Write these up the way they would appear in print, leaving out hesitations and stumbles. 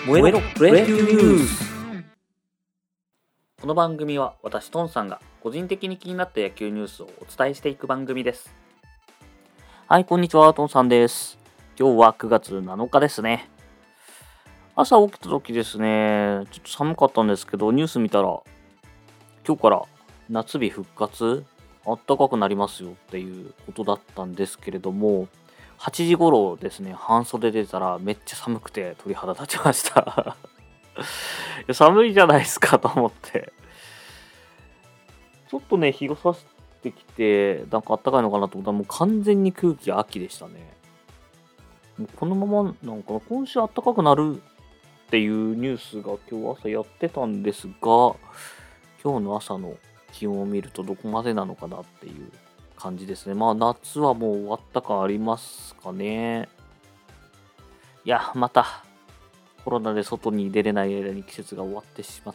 燃えろプロ野球ニュース。この番組は私トンさんが個人的に気になった野球ニュースをお伝えしていく番組です。はい、こんにちは、トンさんです。今日は9月7日ですね。朝起きた時ですね、ちょっと寒かったんですけど、ニュース見たら今日から夏日復活、暖かくなりますよっていうことだったんですけれども、8時頃ですね、半袖出たらめっちゃ寒くて鳥肌立ちましたいや寒いじゃないですかと思って、ちょっとね日が差してきてなんか暖かいのかなと思ったら、もう完全に空気秋でしたね。もうこのままなんか今週暖かくなるっていうニュースが今日朝やってたんですが、今日の朝の気温を見るとどこまでなのかなっていう感じですね。まあ夏はもう終わった感ありますかね。いやまたコロナで外に出れない間に季節が終わってしまった。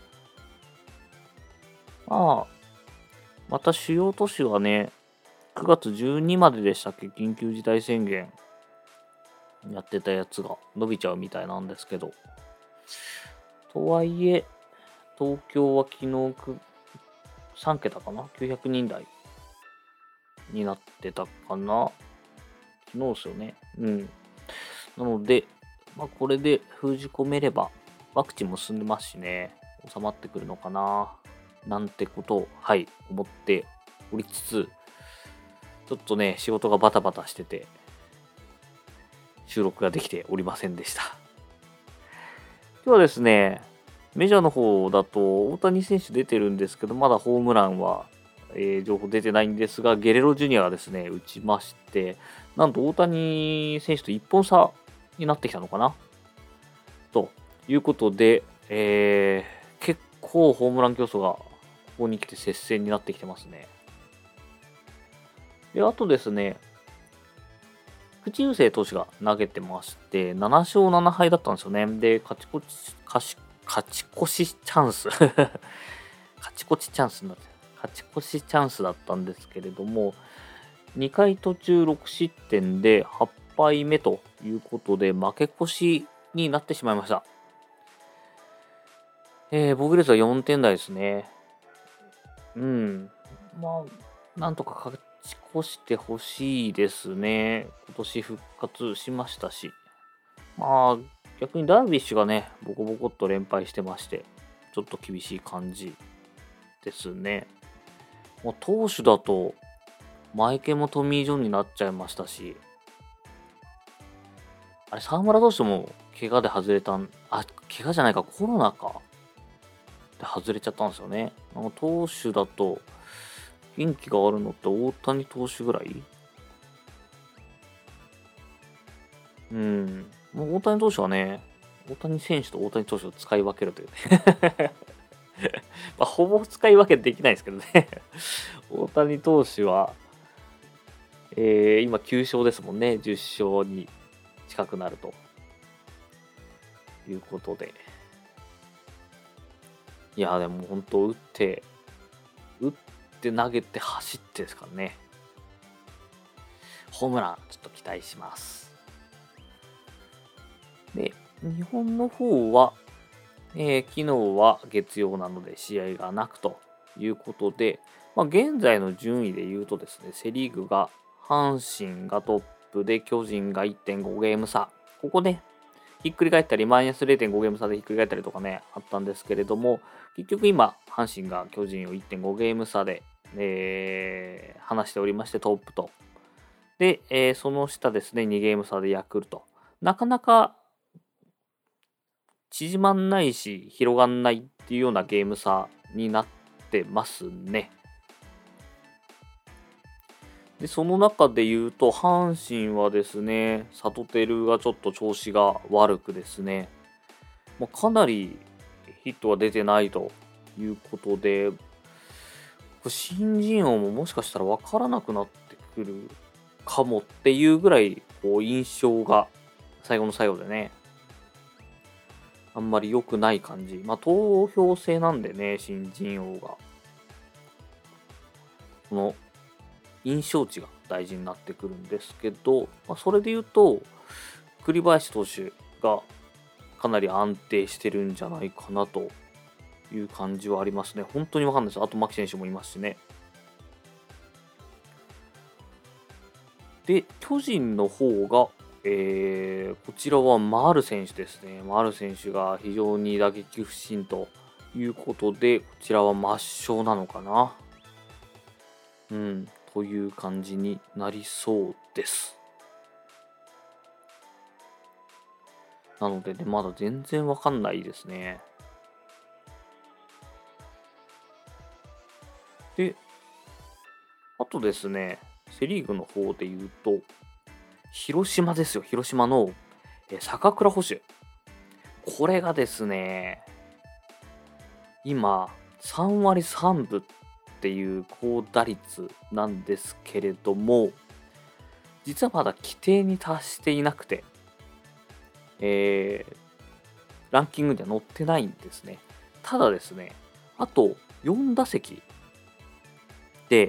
また主要都市はね、9月12まででしたっけ、緊急事態宣言やってたやつが伸びちゃうみたいなんですけど。とはいえ、東京は昨日3桁かな ?900 人台になってたかな、昨日ですよね。なので、これで封じ込めれば、ワクチンも進んでますしね、収まってくるのかななんてことを、思っておりつつ、ちょっとね、仕事がバタバタしてて、収録ができておりませんでした。今日はですね、メジャーの方だと大谷選手出てるんですけど、まだホームランは、情報出てないんですが、ゲレロジュニアがですね、打ちまして、なんと大谷選手と1本差になってきたのかなということで、結構ホームラン競争がここに来て接戦になってきてますね。で、あとですね、菊池雄星投手が投げてまして、7勝7敗だったんですよね。で、勝ち越しチャンス勝ち越しチャンスだったんですけれども、2回途中6失点で8敗目ということで負け越しになってしまいました。防御率は4点台ですね。なんとか勝ち越してほしいですね。今年復活しましたし。逆にダルビッシュがね、ボコボコっと連敗してまして、ちょっと厳しい感じですね。投手だと、マイケもトミー・ジョンになっちゃいましたし、あれ、沢村投手も怪我で外れた怪我じゃないか、コロナか。で外れちゃったんですよね。投手だと、元気があるのって大谷投手ぐらい？もう大谷投手はね、大谷選手と大谷投手を使い分けるというねほぼ使い分けできないですけどね大谷投手は、今9勝ですもんね。10勝に近くなるということで。いや、でも本当打って投げて走ってですからね。ホームランちょっと期待します。で、日本の方は、昨日は月曜なので試合がなくということで、現在の順位で言うとですね、セ・リーグが阪神がトップで巨人が 1.5 ゲーム差。ここね、ひっくり返ったり、マイナス 0.5 ゲーム差でひっくり返ったりとかね、あったんですけれども、結局今、阪神が巨人を 1.5 ゲーム差で、離しておりましてトップと。で、その下ですね、2ゲーム差でヤクルト。なかなか縮まんないし広がんないっていうようなゲーム差になってますね。でその中で言うと阪神はですね、サトテルがちょっと調子が悪くですね、かなりヒットが出てないということで、新人王ももしかしたら分からなくなってくるかもっていうぐらい印象が最後の最後でね、あんまり良くない感じ。投票制なんでね、新人王が。この印象値が大事になってくるんですけど、それで言うと、栗林投手がかなり安定してるんじゃないかなという感じはありますね。本当にわかんないです。あと牧選手もいますしね。で、巨人の方が、こちらは丸選手ですね。丸選手が非常に打撃不振ということで、こちらは抹消なのかな。という感じになりそうです。なのでね、まだ全然わかんないですね。で、あとですね、セリーグの方で言うと、広島ですよ、広島の坂倉捕手。これがですね、今、3割3分っていう高打率なんですけれども、実はまだ規定に達していなくて、ランキングには載ってないんですね。ただですね、あと4打席で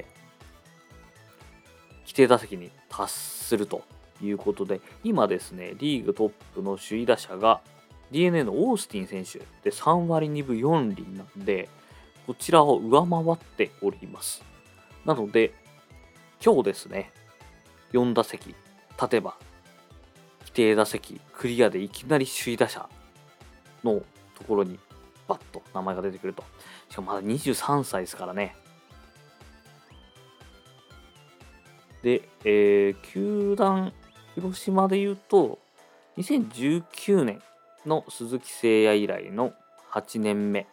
規定打席に達するということで、今ですね、リーグトップの首位打者が DNA のオースティン選手で3割2分4厘なんで、こちらを上回っております。なので、今日ですね、4打席立てば、規定打席クリアでいきなり首位打者のところにバッと名前が出てくると。しかもまだ23歳ですからね。で、球団、広島で言うと、2019年の鈴木誠也以来の8人目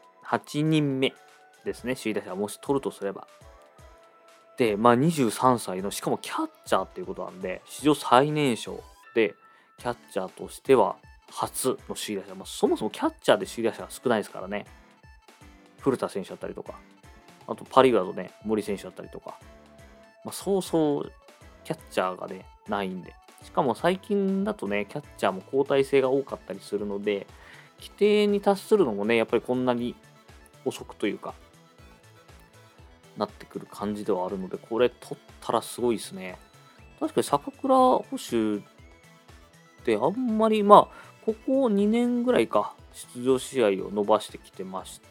ですね、首位打者もし取るとすれば。で、23歳の、しかもキャッチャーっていうことなんで、史上最年少で、キャッチャーとしては初の首位打者。そもそもキャッチャーで首位打者が少ないですからね。古田選手だったりとか、あとパ・リーグだとね、森選手だったりとか、そうそうキャッチャーがね、ないんで。しかも最近だとね、キャッチャーも交代制が多かったりするので、規定に達するのもね、やっぱりこんなに遅くというか、なってくる感じではあるので、これ取ったらすごいですね。確かに坂倉捕手ってあんまり、ここ2年ぐらいか、出場試合を伸ばしてきてまして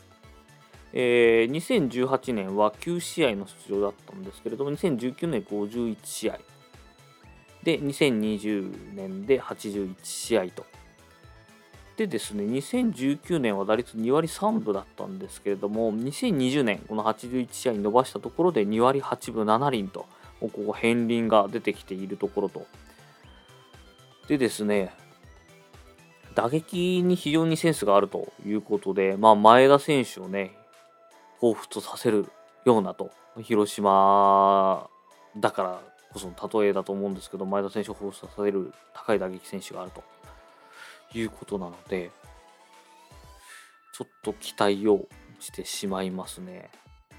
、2018年は9試合の出場だったんですけれども、2019年51試合。で、2020年で81試合と。でですね、2019年は打率2割3分だったんですけれども、2020年、この81試合に伸ばしたところで2割8分7厘と、ここ片鱗が出てきているところと。でですね、打撃に非常にセンスがあるということで、前田選手をね、彷彿とさせるようなと、広島だからこその例えだと思うんですけど、前田選手を彷彿とさせる高い打撃選手があるということなので、ちょっと期待をしてしまいますね。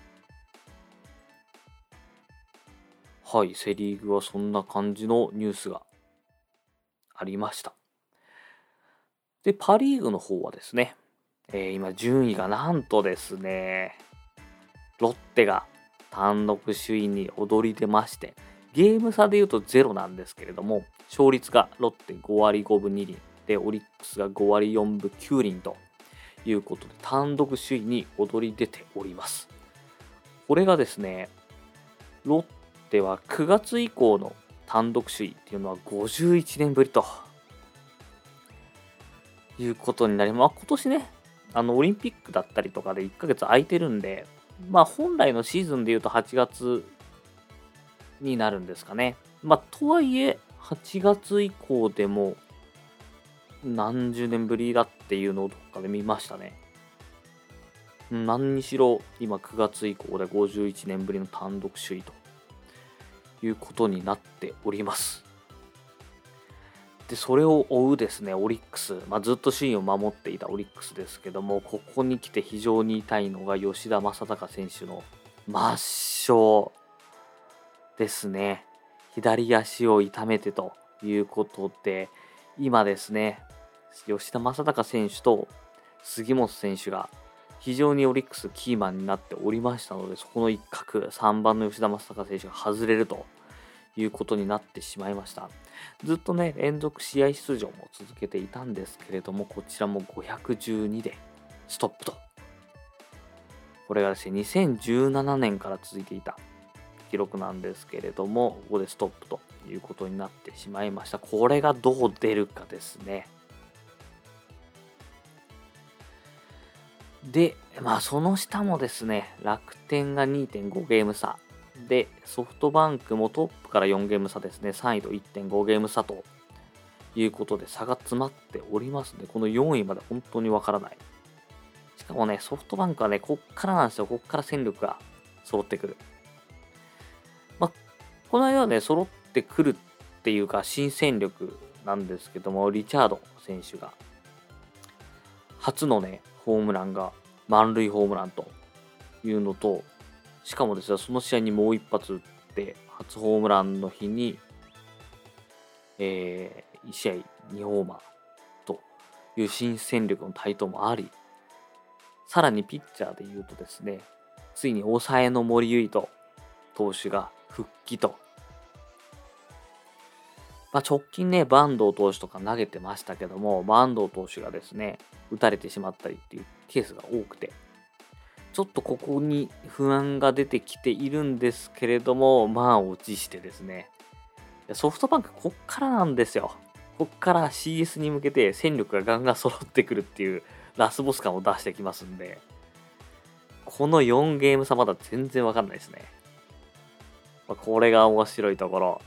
はい、セ・リーグはそんな感じのニュースがありました。で、パ・リーグの方はですね、今順位がなんとですね、ロッテが単独首位に躍り出まして、ゲーム差で言うと0なんですけれども、勝率がロッテ5割5分2厘で、オリックスが5割4分9厘ということで、単独首位に躍り出ております。これがですね、ロッテは9月以降の単独首位っていうのは51年ぶりということになります。今年ね、オリンピックだったりとかで1ヶ月空いてるんで、本来のシーズンでいうと8月になるんですかね。とはいえ、8月以降でも何十年ぶりだっていうのをどっかで見ましたね。何にしろ、今9月以降で51年ぶりの単独首位ということになっております。で、それを追うですね、オリックス、ずっと首位を守っていたオリックスですけども、ここに来て非常に痛いのが吉田正尚選手の抹消ですね。左足を痛めてということで、今ですね、吉田正尚選手と杉本選手が非常にオリックスキーマンになっておりましたので、そこの一角、3番の吉田正尚選手が外れるということになってしまいました。ずっとね、連続試合出場も続けていたんですけれども、こちらも512でストップと。これがですね、2017年から続いていた記録なんですけれども、ここでストップということになってしまいました。これがどう出るかですね。で、その下もですね、楽天が 2.5 ゲーム差。で、ソフトバンクもトップから4ゲーム差ですね、3位と 1.5 ゲーム差ということで差が詰まっておりますので、この4位まで本当にわからない。しかもね、ソフトバンクはね、こっからなんですよ。こっから戦力が揃ってくる。この間はね、揃ってくるっていうか、新戦力なんですけども、リチャード選手が、初のね、ホームランが満塁ホームランというのと、しかもですね、その試合にもう一発打って、初ホームランの日に、1試合2ホーマーという新戦力の台頭もあり、さらにピッチャーで言うとですね、ついに抑えの森唯斗投手が復帰と。直近ね、坂東投手とか投げてましたけども、坂東投手がですね、打たれてしまったりっていうケースが多くて、ちょっとここに不安が出てきているんですけれども、満を持してですね、ソフトバンクこっからなんですよ。こっから CS に向けて戦力がガンガン揃ってくるっていうラスボス感を出してきますんで、この4ゲーム差まだ全然わかんないですね。これが面白いところ。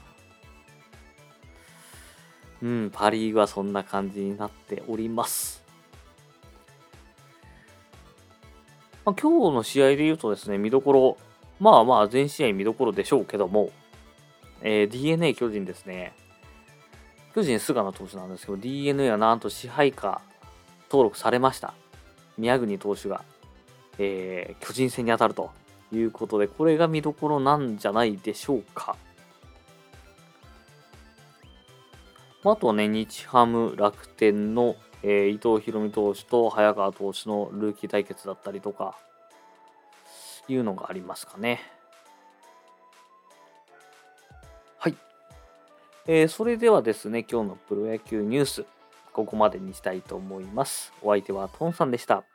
パリーグはそんな感じになっております。今日の試合で言うとですね、見どころ、全試合見どころでしょうけども、DNA 巨人ですね。巨人菅野投手なんですけど、DNA はなんと支配下登録されました。宮國投手が、巨人戦に当たるということで、これが見どころなんじゃないでしょうか。あとはね、日ハム、楽天の、伊藤大海投手と早川投手のルーキー対決だったりとか、いうのがありますかね。はい。それではですね、今日のプロ野球ニュース、ここまでにしたいと思います。お相手はトンさんでした。